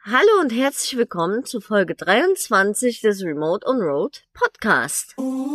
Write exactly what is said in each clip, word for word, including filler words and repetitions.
Hallo und herzlich willkommen zu Folge dreiundzwanzig des Remote on Road Podcast.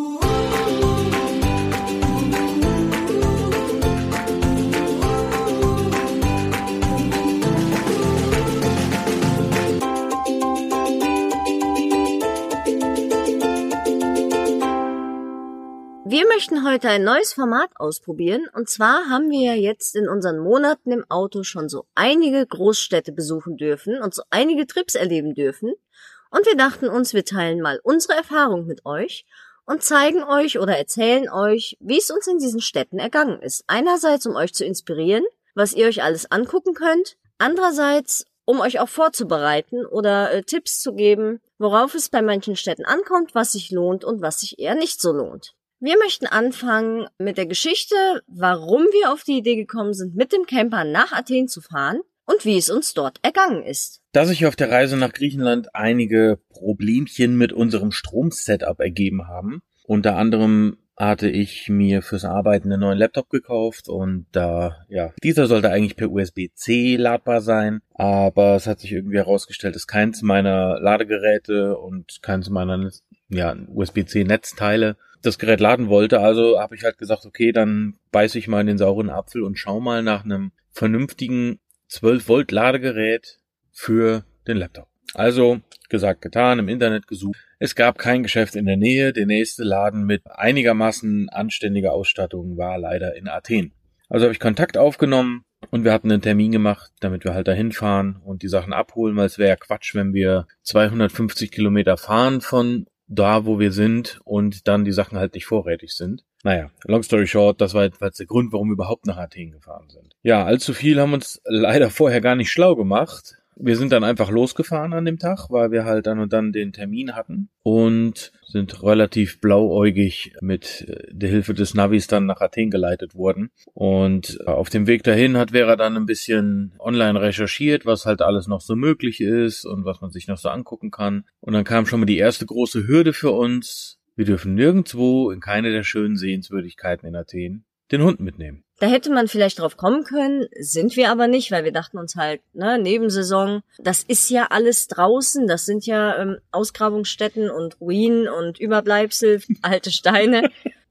Wir möchten heute ein neues Format ausprobieren, und zwar haben wir ja jetzt in unseren Monaten im Auto schon so einige Großstädte besuchen dürfen und so einige Trips erleben dürfen, und wir dachten uns, wir teilen mal unsere Erfahrung mit euch und zeigen euch oder erzählen euch, wie es uns in diesen Städten ergangen ist. Einerseits, um euch zu inspirieren, was ihr euch alles angucken könnt, andererseits, um euch auch vorzubereiten oder äh, Tipps zu geben, worauf es bei manchen Städten ankommt, was sich lohnt und was sich eher nicht so lohnt. Wir möchten anfangen mit der Geschichte, warum wir auf die Idee gekommen sind, mit dem Camper nach Athen zu fahren und wie es uns dort ergangen ist. Da sich auf der Reise nach Griechenland einige Problemchen mit unserem Strom-Setup ergeben haben, unter anderem hatte ich mir fürs Arbeiten einen neuen Laptop gekauft und da, ja, dieser sollte eigentlich per U S B C ladbar sein, aber es hat sich irgendwie herausgestellt, dass keins meiner Ladegeräte und keins meiner, ja, U S B C Netzteile das Gerät laden wollte, also habe ich halt gesagt, okay, dann beiße ich mal in den sauren Apfel und schau mal nach einem vernünftigen zwölf Volt Ladegerät für den Laptop. Also, gesagt, getan, im Internet gesucht. Es gab kein Geschäft in der Nähe, der nächste Laden mit einigermaßen anständiger Ausstattung war leider in Athen. Also habe ich Kontakt aufgenommen und wir hatten einen Termin gemacht, damit wir halt dahin fahren und die Sachen abholen, weil es wäre ja Quatsch, wenn wir zweihundertfünfzig Kilometer fahren von da, wo wir sind und dann die Sachen halt nicht vorrätig sind. Naja, long story short, das war jedenfalls der Grund, warum wir überhaupt nach Athen gefahren sind. Ja, allzu viel haben uns leider vorher gar nicht schlau gemacht. Wir sind dann einfach losgefahren an dem Tag, weil wir halt dann und dann den Termin hatten und sind relativ blauäugig mit der Hilfe des Navis dann nach Athen geleitet worden. Und auf dem Weg dahin hat Vera dann ein bisschen online recherchiert, was halt alles noch so möglich ist und was man sich noch so angucken kann. Und dann kam schon mal die erste große Hürde für uns. Wir dürfen nirgendwo in keine der schönen Sehenswürdigkeiten in Athen den Hund mitnehmen. Da hätte man vielleicht drauf kommen können, sind wir aber nicht, weil wir dachten uns halt, ne, Nebensaison, das ist ja alles draußen, das sind ja ähm, Ausgrabungsstätten und Ruinen und Überbleibsel, alte Steine.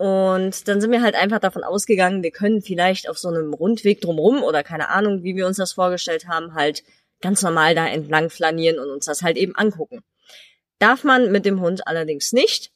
Und dann sind wir halt einfach davon ausgegangen, wir können vielleicht auf so einem Rundweg drumrum oder keine Ahnung, wie wir uns das vorgestellt haben, halt ganz normal da entlang flanieren und uns das halt eben angucken. Darf man mit dem Hund allerdings nicht.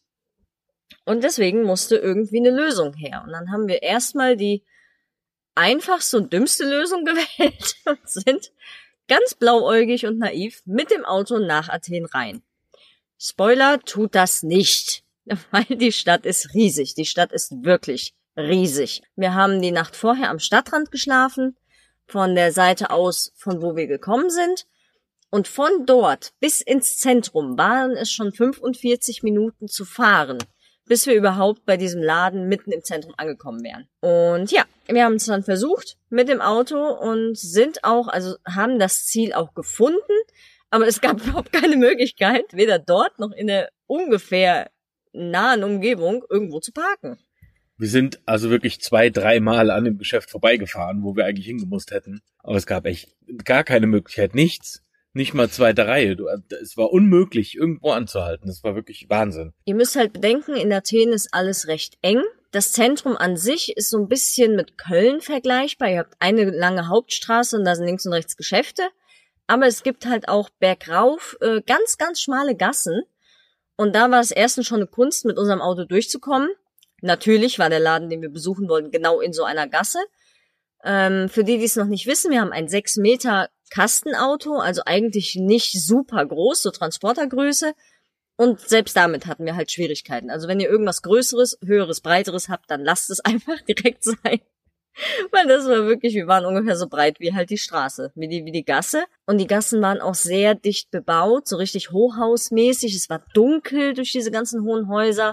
Und deswegen musste irgendwie eine Lösung her. Und dann haben wir erstmal die einfachste und dümmste Lösung gewählt und sind ganz blauäugig und naiv mit dem Auto nach Athen rein. Spoiler, tut das nicht, weil die Stadt ist riesig. Die Stadt ist wirklich riesig. Wir haben die Nacht vorher am Stadtrand geschlafen, von der Seite aus, von wo wir gekommen sind. Und von dort bis ins Zentrum waren es schon fünfundvierzig Minuten zu fahren, bis wir überhaupt bei diesem Laden mitten im Zentrum angekommen wären. Und ja, wir haben es dann versucht mit dem Auto und sind auch, also haben das Ziel auch gefunden, aber es gab überhaupt keine Möglichkeit, weder dort noch in der ungefähr nahen Umgebung irgendwo zu parken. Wir sind also wirklich zwei, dreimal an dem Geschäft vorbeigefahren, wo wir eigentlich hingemusst hätten. Aber es gab echt gar keine Möglichkeit, nichts. Nicht mal zweite Reihe. Du, es war unmöglich, irgendwo anzuhalten. Das war wirklich Wahnsinn. Ihr müsst halt bedenken, in Athen ist alles recht eng. Das Zentrum an sich ist so ein bisschen mit Köln vergleichbar. Ihr habt eine lange Hauptstraße und da sind links und rechts Geschäfte. Aber es gibt halt auch bergauf äh, ganz, ganz schmale Gassen. Und da war es erstens schon eine Kunst, mit unserem Auto durchzukommen. Natürlich war der Laden, den wir besuchen wollten, genau in so einer Gasse. Ähm, für die, die es noch nicht wissen, wir haben ein sechs Meter Kastenauto, also eigentlich nicht super groß, so Transportergröße. Und selbst damit hatten wir halt Schwierigkeiten. Also wenn ihr irgendwas Größeres, Höheres, Breiteres habt, dann lasst es einfach direkt sein. Weil das war wirklich, wir waren ungefähr so breit wie halt die Straße, wie die, wie die Gasse. Und die Gassen waren auch sehr dicht bebaut, so richtig hochhausmäßig. Es war dunkel durch diese ganzen hohen Häuser.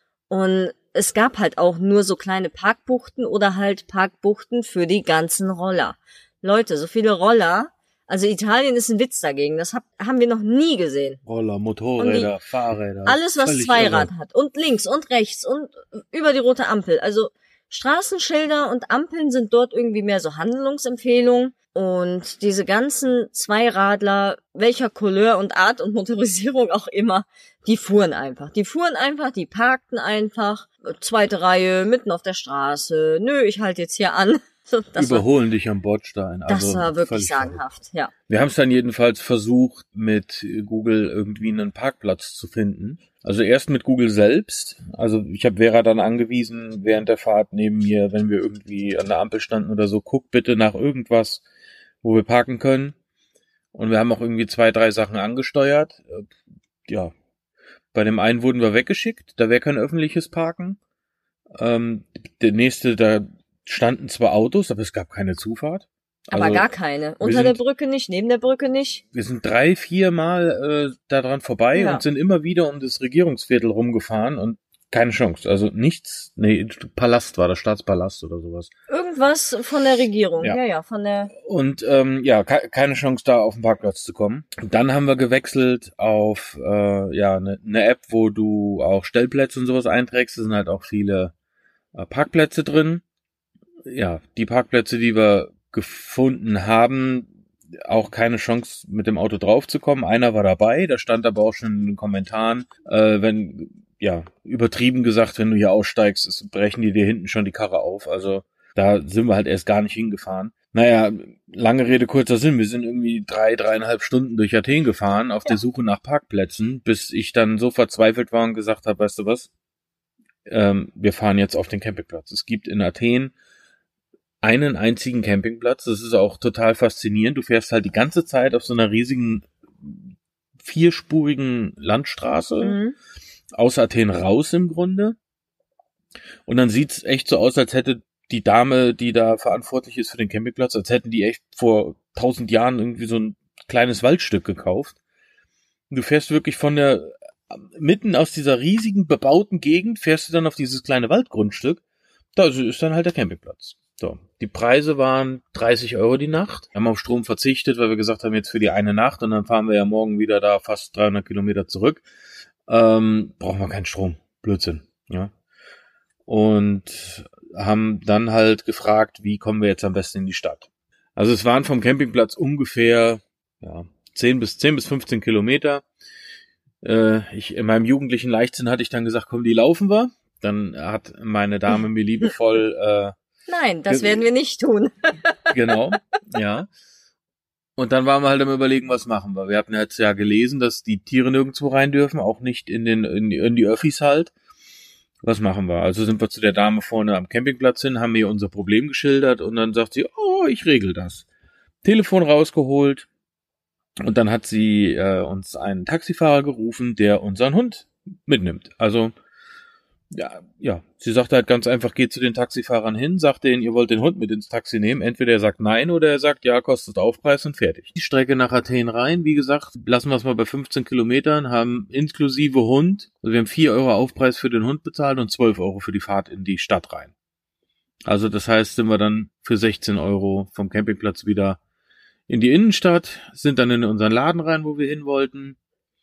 Und es gab halt auch nur so kleine Parkbuchten oder halt Parkbuchten für die ganzen Roller. Leute, so viele Roller. Also Italien ist ein Witz dagegen. Das hab, haben wir noch nie gesehen. Roller, Motorräder, die, Fahrräder. Alles, was Zweirad irre. Hat. Und links und rechts und über die rote Ampel. Also Straßenschilder und Ampeln sind dort irgendwie mehr so Handlungsempfehlungen. Und diese ganzen Zweiradler, welcher Couleur und Art und Motorisierung auch immer, die fuhren einfach. Die fuhren einfach, die parkten einfach. Zweite Reihe, mitten auf der Straße. Nö, ich halte jetzt hier an. Das Überholen war, dich am Bordstein. Das also war wirklich sagenhaft, ja. Wir haben es dann jedenfalls versucht, mit Google irgendwie einen Parkplatz zu finden. Also erst mit Google selbst. Also ich habe Vera dann angewiesen, während der Fahrt neben mir, wenn wir irgendwie an der Ampel standen oder so, guck bitte nach irgendwas, wo wir parken können. Und wir haben auch irgendwie zwei, drei Sachen angesteuert. Ja, bei dem einen wurden wir weggeschickt, da wäre kein öffentliches Parken. Ähm, der nächste, da standen zwar Autos, aber es gab keine Zufahrt. Aber also, gar keine. Unter sind, der Brücke nicht, neben der Brücke nicht. Wir sind drei, vier Mal äh, da dran vorbei ja. und sind immer wieder um das Regierungsviertel rumgefahren und keine Chance. Also nichts, nee, Palast war das, Staatspalast oder sowas. Irgendwas von der Regierung, ja, ja, ja von der... Und ähm, ja, ke- keine Chance da auf den Parkplatz zu kommen. Dann haben wir gewechselt auf äh, ja eine ne App, wo du auch Stellplätze und sowas einträgst. Da sind halt auch viele äh, Parkplätze drin. Ja, die Parkplätze, die wir gefunden haben, auch keine Chance mit dem Auto draufzukommen. Einer war dabei, da stand aber auch schon in den Kommentaren, äh, wenn, ja, übertrieben gesagt, wenn du hier aussteigst, ist, brechen die dir hinten schon die Karre auf. Also da sind wir halt erst gar nicht hingefahren. Naja, lange Rede, kurzer Sinn, wir sind irgendwie drei, dreieinhalb Stunden durch Athen gefahren auf ja. der Suche nach Parkplätzen, bis ich dann so verzweifelt war und gesagt habe, weißt du was, ähm, wir fahren jetzt auf den Campingplatz. Es gibt in Athen einen einzigen Campingplatz. Das ist auch total faszinierend. Du fährst halt die ganze Zeit auf so einer riesigen vierspurigen Landstraße mhm. aus Athen raus im Grunde. Und dann sieht's echt so aus, als hätte die Dame, die da verantwortlich ist für den Campingplatz, als hätten die echt vor tausend Jahren irgendwie so ein kleines Waldstück gekauft. Und du fährst wirklich von der, mitten aus dieser riesigen bebauten Gegend, fährst du dann auf dieses kleine Waldgrundstück. Da ist dann halt der Campingplatz. So, die Preise waren dreißig Euro die Nacht. Wir haben auf Strom verzichtet, weil wir gesagt haben, jetzt für die eine Nacht und dann fahren wir ja morgen wieder da fast dreihundert Kilometer zurück. Ähm, brauchen wir keinen Strom. Blödsinn, ja. Und haben dann halt gefragt, wie kommen wir jetzt am besten in die Stadt. Also es waren vom Campingplatz ungefähr, ja, zehn bis fünfzehn Kilometer. Äh, ich, in meinem jugendlichen Leichtsinn hatte ich dann gesagt, komm, die laufen wir. Dann hat meine Dame mir liebevoll, äh, Nein, das werden wir nicht tun. Genau, ja. Und dann waren wir halt am Überlegen, was machen wir. Wir hatten jetzt ja gelesen, dass die Tiere nirgendwo rein dürfen, auch nicht in den in die, in die Öffis halt. Was machen wir? Also sind wir zu der Dame vorne am Campingplatz hin, haben ihr unser Problem geschildert und dann sagt sie, oh, ich regel das. Telefon rausgeholt und dann hat sie äh, uns einen Taxifahrer gerufen, der unseren Hund mitnimmt. Also Ja, ja, sie sagt halt ganz einfach, geht zu den Taxifahrern hin, sagt denen, ihr wollt den Hund mit ins Taxi nehmen. Entweder er sagt nein oder er sagt, ja, kostet Aufpreis und fertig. Die Strecke nach Athen rein, wie gesagt, lassen wir es mal bei fünfzehn Kilometern, haben inklusive Hund, also wir haben vier Euro Aufpreis für den Hund bezahlt und zwölf Euro für die Fahrt in die Stadt rein. Also das heißt, sind wir dann für sechzehn Euro vom Campingplatz wieder in die Innenstadt, sind dann in unseren Laden rein, wo wir hin wollten,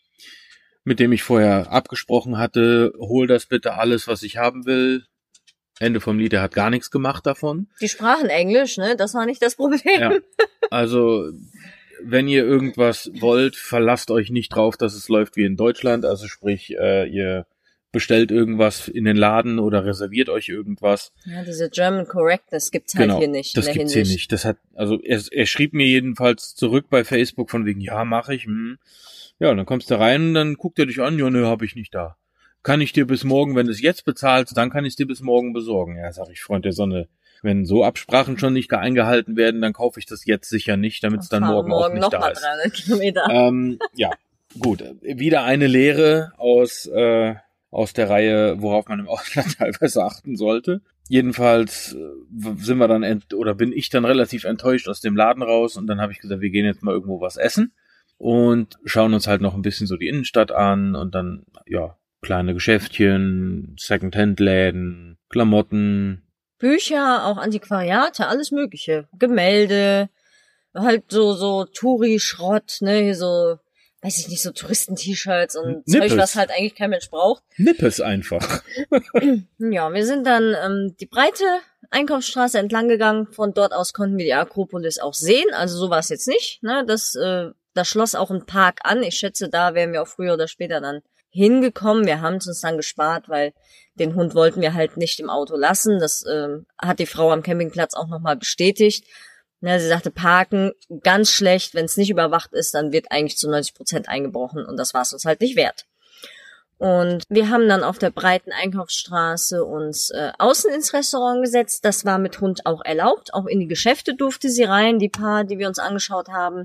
mit dem ich vorher abgesprochen hatte, hol das bitte alles, was ich haben will. Ende vom Lied, er hat gar nichts gemacht davon. Die sprachen Englisch, ne? Das war nicht das Problem. Ja. Also, wenn ihr irgendwas wollt, verlasst euch nicht drauf, dass es läuft wie in Deutschland. Also sprich, äh, ihr bestellt irgendwas in den Laden oder reserviert euch irgendwas. Ja, diese German Correctness gibt's halt genau, hier nicht. Das gibt's Hinsicht. hier nicht. Das hat, also er, er schrieb mir jedenfalls zurück bei Facebook von wegen, ja, mache ich, hm. Ja, und dann kommst du rein und dann guckt er dich an, ja, nö, hab ich nicht da. Kann ich dir bis morgen, wenn du es jetzt bezahlst, dann kann ich es dir bis morgen besorgen. Ja, sag ich, Freund der Sonne, wenn so Absprachen schon nicht eingehalten werden, dann kaufe ich das jetzt sicher nicht, damit es dann morgen, morgen auch nicht noch da mal ist. dreihundert Kilometer. Ähm, ja, gut. Wieder eine Lehre aus, äh, aus der Reihe, worauf man im Ausland teilweise achten sollte. Jedenfalls sind wir dann, ent- oder bin ich dann relativ enttäuscht aus dem Laden raus und dann habe ich gesagt, wir gehen jetzt mal irgendwo was essen. Und schauen uns halt noch ein bisschen so die Innenstadt an und dann, ja, kleine Geschäftchen, Second-Hand-Läden, Klamotten. Bücher, auch Antiquariate, alles mögliche. Gemälde, halt so, so Touri-Schrott, ne, hier so, weiß ich nicht, so Touristen-T-Shirts und Nippes. Zeug, was halt eigentlich kein Mensch braucht. Nippes einfach. Ja, wir sind dann ähm, die Breite Einkaufsstraße entlang gegangen. Von dort aus konnten wir die Akropolis auch sehen. Also so war es jetzt nicht. Ne? Das, äh, das schloss auch ein Park an. Ich schätze, da wären wir auch früher oder später dann hingekommen. Wir haben es uns dann gespart, weil den Hund wollten wir halt nicht im Auto lassen. Das äh, hat die Frau am Campingplatz auch nochmal bestätigt. Ja, sie sagte, parken ganz schlecht. Wenn es nicht überwacht ist, dann wird eigentlich zu neunzig Prozent eingebrochen. Und das war es uns halt nicht wert. Und wir haben dann auf der breiten Einkaufsstraße uns äh, außen ins Restaurant gesetzt. Das war mit Hund auch erlaubt. Auch in die Geschäfte durfte sie rein, die paar, die wir uns angeschaut haben.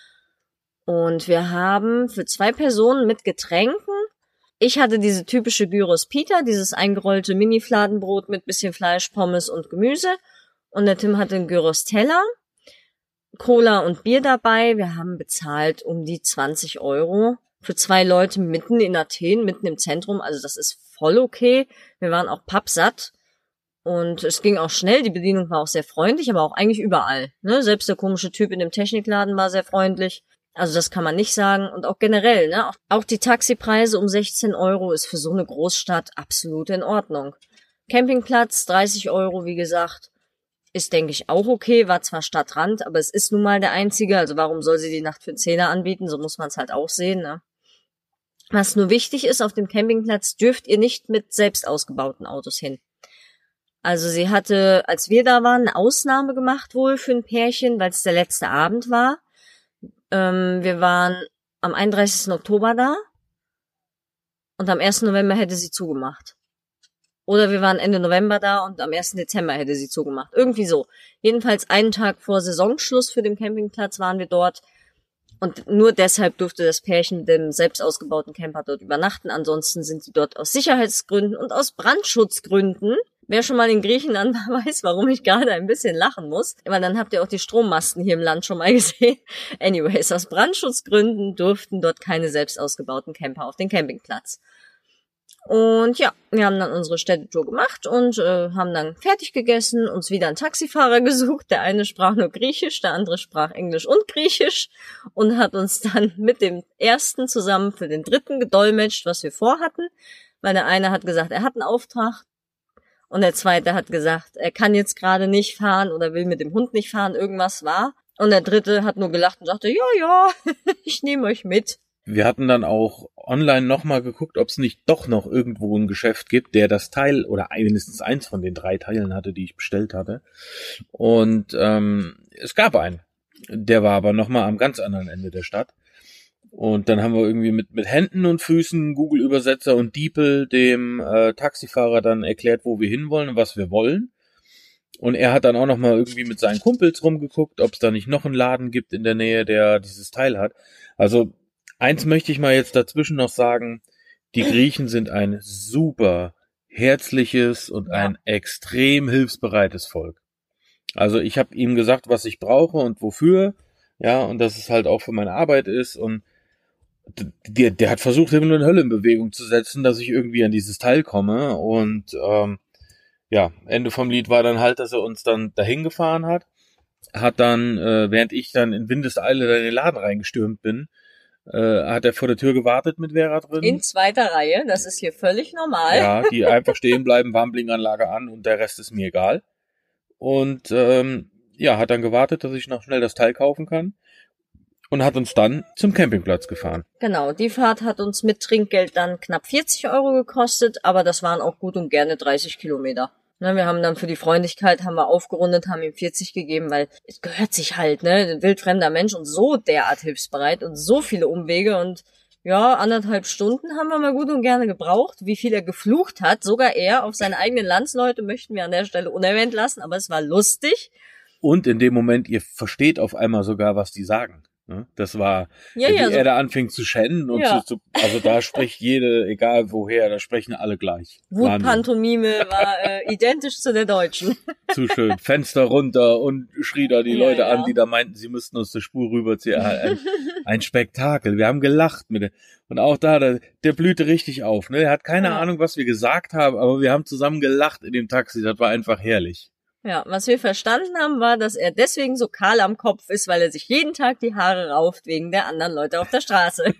Und wir haben für zwei Personen mit Getränken, ich hatte diese typische Gyros Pita, dieses eingerollte Mini-Fladenbrot mit bisschen Fleisch, Pommes und Gemüse. Und der Tim hatte einen Gyros Teller, Cola und Bier dabei. Wir haben bezahlt um die zwanzig Euro. Für zwei Leute mitten in Athen, mitten im Zentrum, also das ist voll okay. Wir waren auch pappsatt und es ging auch schnell, die Bedienung war auch sehr freundlich, aber auch eigentlich überall. Ne? Selbst der komische Typ in dem Technikladen war sehr freundlich, also das kann man nicht sagen. Und auch generell, ne? auch, auch die Taxipreise um sechzehn Euro ist für so eine Großstadt absolut in Ordnung. Campingplatz dreißig Euro, wie gesagt, ist, denke ich, auch okay, war zwar Stadtrand, aber es ist nun mal der einzige, also warum soll sie die Nacht für einen Zehner anbieten, so muss man es halt auch sehen, ne? Was nur wichtig ist, auf dem Campingplatz dürft ihr nicht mit selbst ausgebauten Autos hin. Also sie hatte, als wir da waren, eine Ausnahme gemacht wohl für ein Pärchen, weil es der letzte Abend war. Ähm, wir waren am einunddreißigsten Oktober da und am ersten November hätte sie zugemacht. Oder wir waren Ende November da und am ersten Dezember hätte sie zugemacht. Irgendwie so. Jedenfalls einen Tag vor Saisonschluss für den Campingplatz waren wir dort. Und nur deshalb durfte das Pärchen mit dem selbst ausgebauten Camper dort übernachten. Ansonsten sind sie dort aus Sicherheitsgründen und aus Brandschutzgründen. Wer schon mal in Griechenland war, weiß, warum ich gerade ein bisschen lachen muss. Aber dann habt ihr auch die Strommasten hier im Land schon mal gesehen. Anyways, aus Brandschutzgründen durften dort keine selbst ausgebauten Camper auf den Campingplatz. Und ja, wir haben dann unsere Städtetour gemacht und äh, haben dann fertig gegessen, uns wieder einen Taxifahrer gesucht. Der eine sprach nur Griechisch, der andere sprach Englisch und Griechisch und hat uns dann mit dem ersten zusammen für den dritten gedolmetscht, was wir vorhatten. Weil der eine hat gesagt, er hat einen Auftrag und der zweite hat gesagt, er kann jetzt gerade nicht fahren oder will mit dem Hund nicht fahren, irgendwas war. Und der dritte hat nur gelacht und sagte, ja, ja, ich nehme euch mit. Wir hatten dann auch online nochmal geguckt, ob es nicht doch noch irgendwo ein Geschäft gibt, der das Teil oder mindestens eins von den drei Teilen hatte, die ich bestellt hatte. Und ähm, es gab einen. Der war aber nochmal am ganz anderen Ende der Stadt. Und dann haben wir irgendwie mit mit Händen und Füßen, Google-Übersetzer und DeepL dem äh, Taxifahrer dann erklärt, wo wir hinwollen und was wir wollen. Und er hat dann auch nochmal irgendwie mit seinen Kumpels rumgeguckt, ob es da nicht noch einen Laden gibt in der Nähe, der dieses Teil hat. Also eins möchte ich mal jetzt dazwischen noch sagen, die Griechen sind ein super herzliches und ein extrem hilfsbereites Volk. Also ich habe ihm gesagt, was ich brauche und wofür, ja, und dass es halt auch für meine Arbeit ist und der, der hat versucht, Himmel und Hölle in Bewegung zu setzen, dass ich irgendwie an dieses Teil komme und ähm, ja, Ende vom Lied war dann halt, dass er uns dann dahin gefahren hat, hat dann, äh, während ich dann in Windeseile in den Laden reingestürmt bin, Äh, hat er vor der Tür gewartet mit Vera drin. In zweiter Reihe, das ist hier völlig normal. Ja, die einfach stehen bleiben, Warmblinganlage an und der Rest ist mir egal. Und ähm, ja, hat dann gewartet, dass ich noch schnell das Teil kaufen kann und hat uns dann zum Campingplatz gefahren. Genau, die Fahrt hat uns mit Trinkgeld dann knapp vierzig Euro gekostet, aber das waren auch gut und gerne dreißig Kilometer. Ne, wir haben dann für die Freundlichkeit, haben wir aufgerundet, haben ihm vierzig gegeben, weil es gehört sich halt, ne, ein wildfremder Mensch und so derart hilfsbereit und so viele Umwege und ja, anderthalb Stunden haben wir mal gut und gerne gebraucht. Wie viel er geflucht hat, sogar er auf seine eigenen Landsleute, möchten wir an der Stelle unerwähnt lassen, aber es war lustig. Und in dem Moment, ihr versteht auf einmal sogar, was die sagen. Das war, ja, wie ja, er so. da anfing zu schennen und Ja. zu, zu, also da spricht jede, egal woher, da sprechen alle gleich. Wutpantomime war äh, identisch zu der deutschen. Zu schön. Fenster runter und schrie da die Ja, Leute ja. an, die da meinten, sie müssten uns die Spur rüberziehen. Ein, ein Spektakel. Wir haben gelacht mit dem. Und auch da, der, der blühte richtig auf. Ne? Er hat keine Ja. Ahnung, was wir gesagt haben, aber wir haben zusammen gelacht in dem Taxi. Das war einfach herrlich. Ja, was wir verstanden haben, war, dass er deswegen so kahl am Kopf ist, weil er sich jeden Tag die Haare rauft wegen der anderen Leute auf der Straße.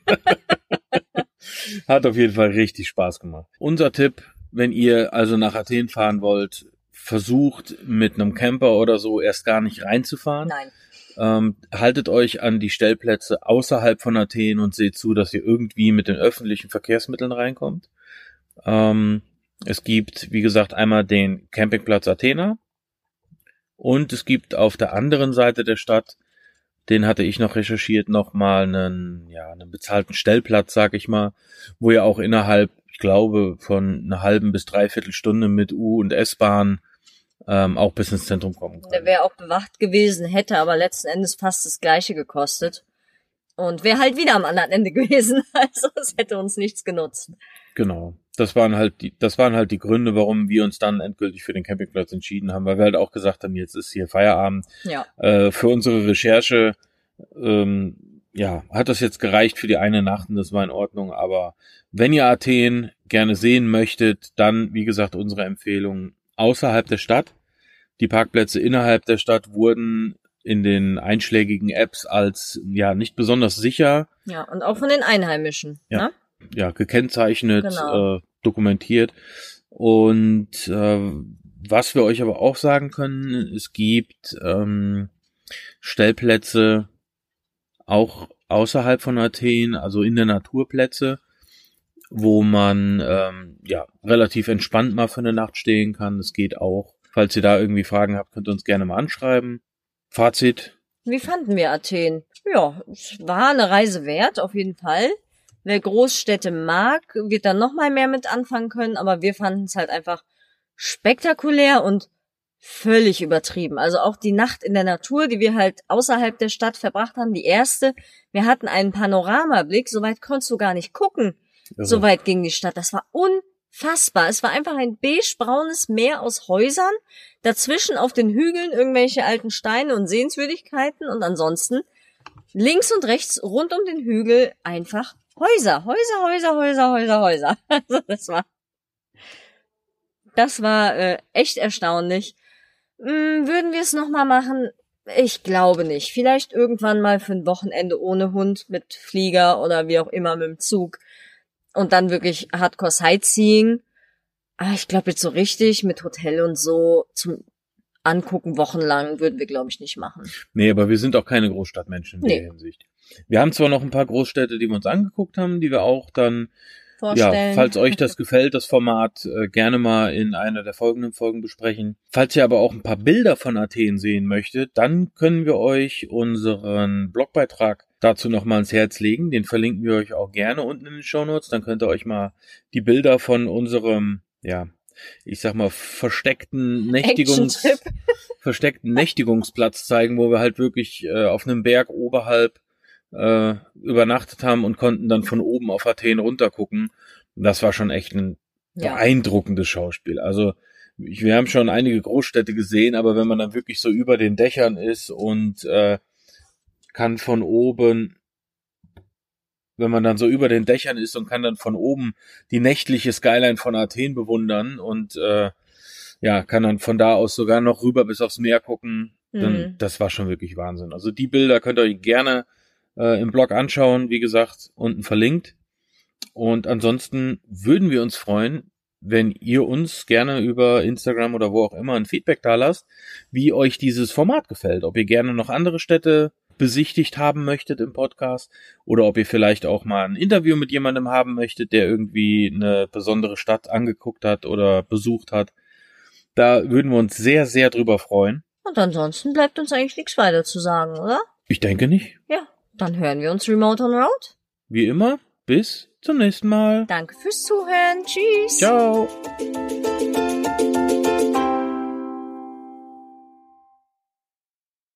Hat auf jeden Fall richtig Spaß gemacht. Unser Tipp, wenn ihr also nach Athen fahren wollt, versucht, mit einem Camper oder so erst gar nicht reinzufahren. Nein. Ähm, haltet euch an die Stellplätze außerhalb von Athen und seht zu, dass ihr irgendwie mit den öffentlichen Verkehrsmitteln reinkommt. Ähm, es gibt, wie gesagt, einmal den Campingplatz Athena und es gibt auf der anderen Seite der Stadt, den hatte ich noch recherchiert, nochmal einen, ja, einen bezahlten Stellplatz, sag ich mal, wo ihr auch innerhalb, ich glaube, von einer halben bis dreiviertel Stunde mit U- und S-Bahn ähm, auch bis ins Zentrum kommen könnt. Der wäre auch bewacht gewesen, hätte aber letzten Endes fast das Gleiche gekostet. Und wäre halt wieder am anderen Ende gewesen. Also es hätte uns nichts genutzt. Genau. Das waren halt die, das waren halt die Gründe, warum wir uns dann endgültig für den Campingplatz entschieden haben, weil wir halt auch gesagt haben, jetzt ist hier Feierabend. Ja. Äh, für unsere Recherche, ähm, ja, hat das jetzt gereicht für die eine Nacht und das war in Ordnung. Aber wenn ihr Athen gerne sehen möchtet, dann, wie gesagt, unsere Empfehlung außerhalb der Stadt. Die Parkplätze innerhalb der Stadt wurden in den einschlägigen Apps als ja nicht besonders sicher. Ja, und auch von den Einheimischen. Ja, ne? ja gekennzeichnet, Genau. äh, dokumentiert. Und äh, was wir euch aber auch sagen können, es gibt ähm, Stellplätze auch außerhalb von Athen, also in der Naturplätze, wo man ähm, ja relativ entspannt mal für eine Nacht stehen kann. Es geht auch. Falls ihr da irgendwie Fragen habt, könnt ihr uns gerne mal anschreiben. Fazit. Wie fanden wir Athen? Ja, es war eine Reise wert, auf jeden Fall. Wer Großstädte mag, wird dann noch mal mehr mit anfangen können, aber wir fanden es halt einfach spektakulär und völlig übertrieben. Also auch die Nacht in der Natur, die wir halt außerhalb der Stadt verbracht haben, die erste, wir hatten einen Panoramablick, so weit konntest du gar nicht gucken. Also, So weit ging die Stadt. Das war unfassbar. Es war einfach ein beige-braunes Meer aus Häusern, dazwischen auf den Hügeln irgendwelche alten Steine und Sehenswürdigkeiten und ansonsten links und rechts rund um den Hügel einfach Häuser, Häuser, Häuser, Häuser, Häuser, Häuser. Also das war, das war äh, echt erstaunlich. Hm, würden wir es nochmal machen? Ich glaube nicht. Vielleicht irgendwann mal für ein Wochenende ohne Hund mit Flieger oder wie auch immer mit dem Zug. Und dann wirklich Hardcore Sightseeing. Aber ich glaube jetzt so richtig mit Hotel und so zum Angucken wochenlang würden wir, glaube ich, nicht machen. nee, aber wir sind auch keine Großstadtmenschen in Nee. der Hinsicht. Wir haben zwar noch ein paar Großstädte, die wir uns angeguckt haben, die wir auch dann, Vorstellen. ja, falls euch das gefällt, das Format, äh, gerne mal in einer der folgenden Folgen besprechen. Falls ihr aber auch ein paar Bilder von Athen sehen möchtet, dann können wir euch unseren Blogbeitrag dazu noch mal ans Herz legen. Den verlinken wir euch auch gerne unten in den Shownotes. Dann könnt ihr euch mal die Bilder von unserem, ja, ich sag mal, versteckten Nächtigungs, Action-Trip. versteckten Nächtigungsplatz zeigen, wo wir halt wirklich äh, auf einem Berg oberhalb äh, übernachtet haben und konnten dann von oben auf Athen runtergucken. Das war schon echt ein Ja. beeindruckendes Schauspiel. Also ich, wir haben schon einige Großstädte gesehen, aber wenn man dann wirklich so über den Dächern ist und äh, kann von oben, wenn man dann so über den Dächern ist und kann dann von oben die nächtliche Skyline von Athen bewundern und äh, ja, kann dann von da aus sogar noch rüber bis aufs Meer gucken, dann Mhm. das war schon wirklich Wahnsinn. Also die Bilder könnt ihr euch gerne äh, im Blog anschauen, wie gesagt, unten verlinkt. Und ansonsten würden wir uns freuen, wenn ihr uns gerne über Instagram oder wo auch immer ein Feedback da lasst, wie euch dieses Format gefällt. Ob ihr gerne noch andere Städte besichtigt haben möchtet im Podcast oder ob ihr vielleicht auch mal ein Interview mit jemandem haben möchtet, der irgendwie eine besondere Stadt angeguckt hat oder besucht hat. Da würden wir uns sehr, sehr drüber freuen. Und ansonsten bleibt uns eigentlich nichts weiter zu sagen, oder? Ich denke nicht. Ja, dann hören wir uns Remote on Road. Wie immer, bis zum nächsten Mal. Danke fürs Zuhören. Tschüss. Ciao.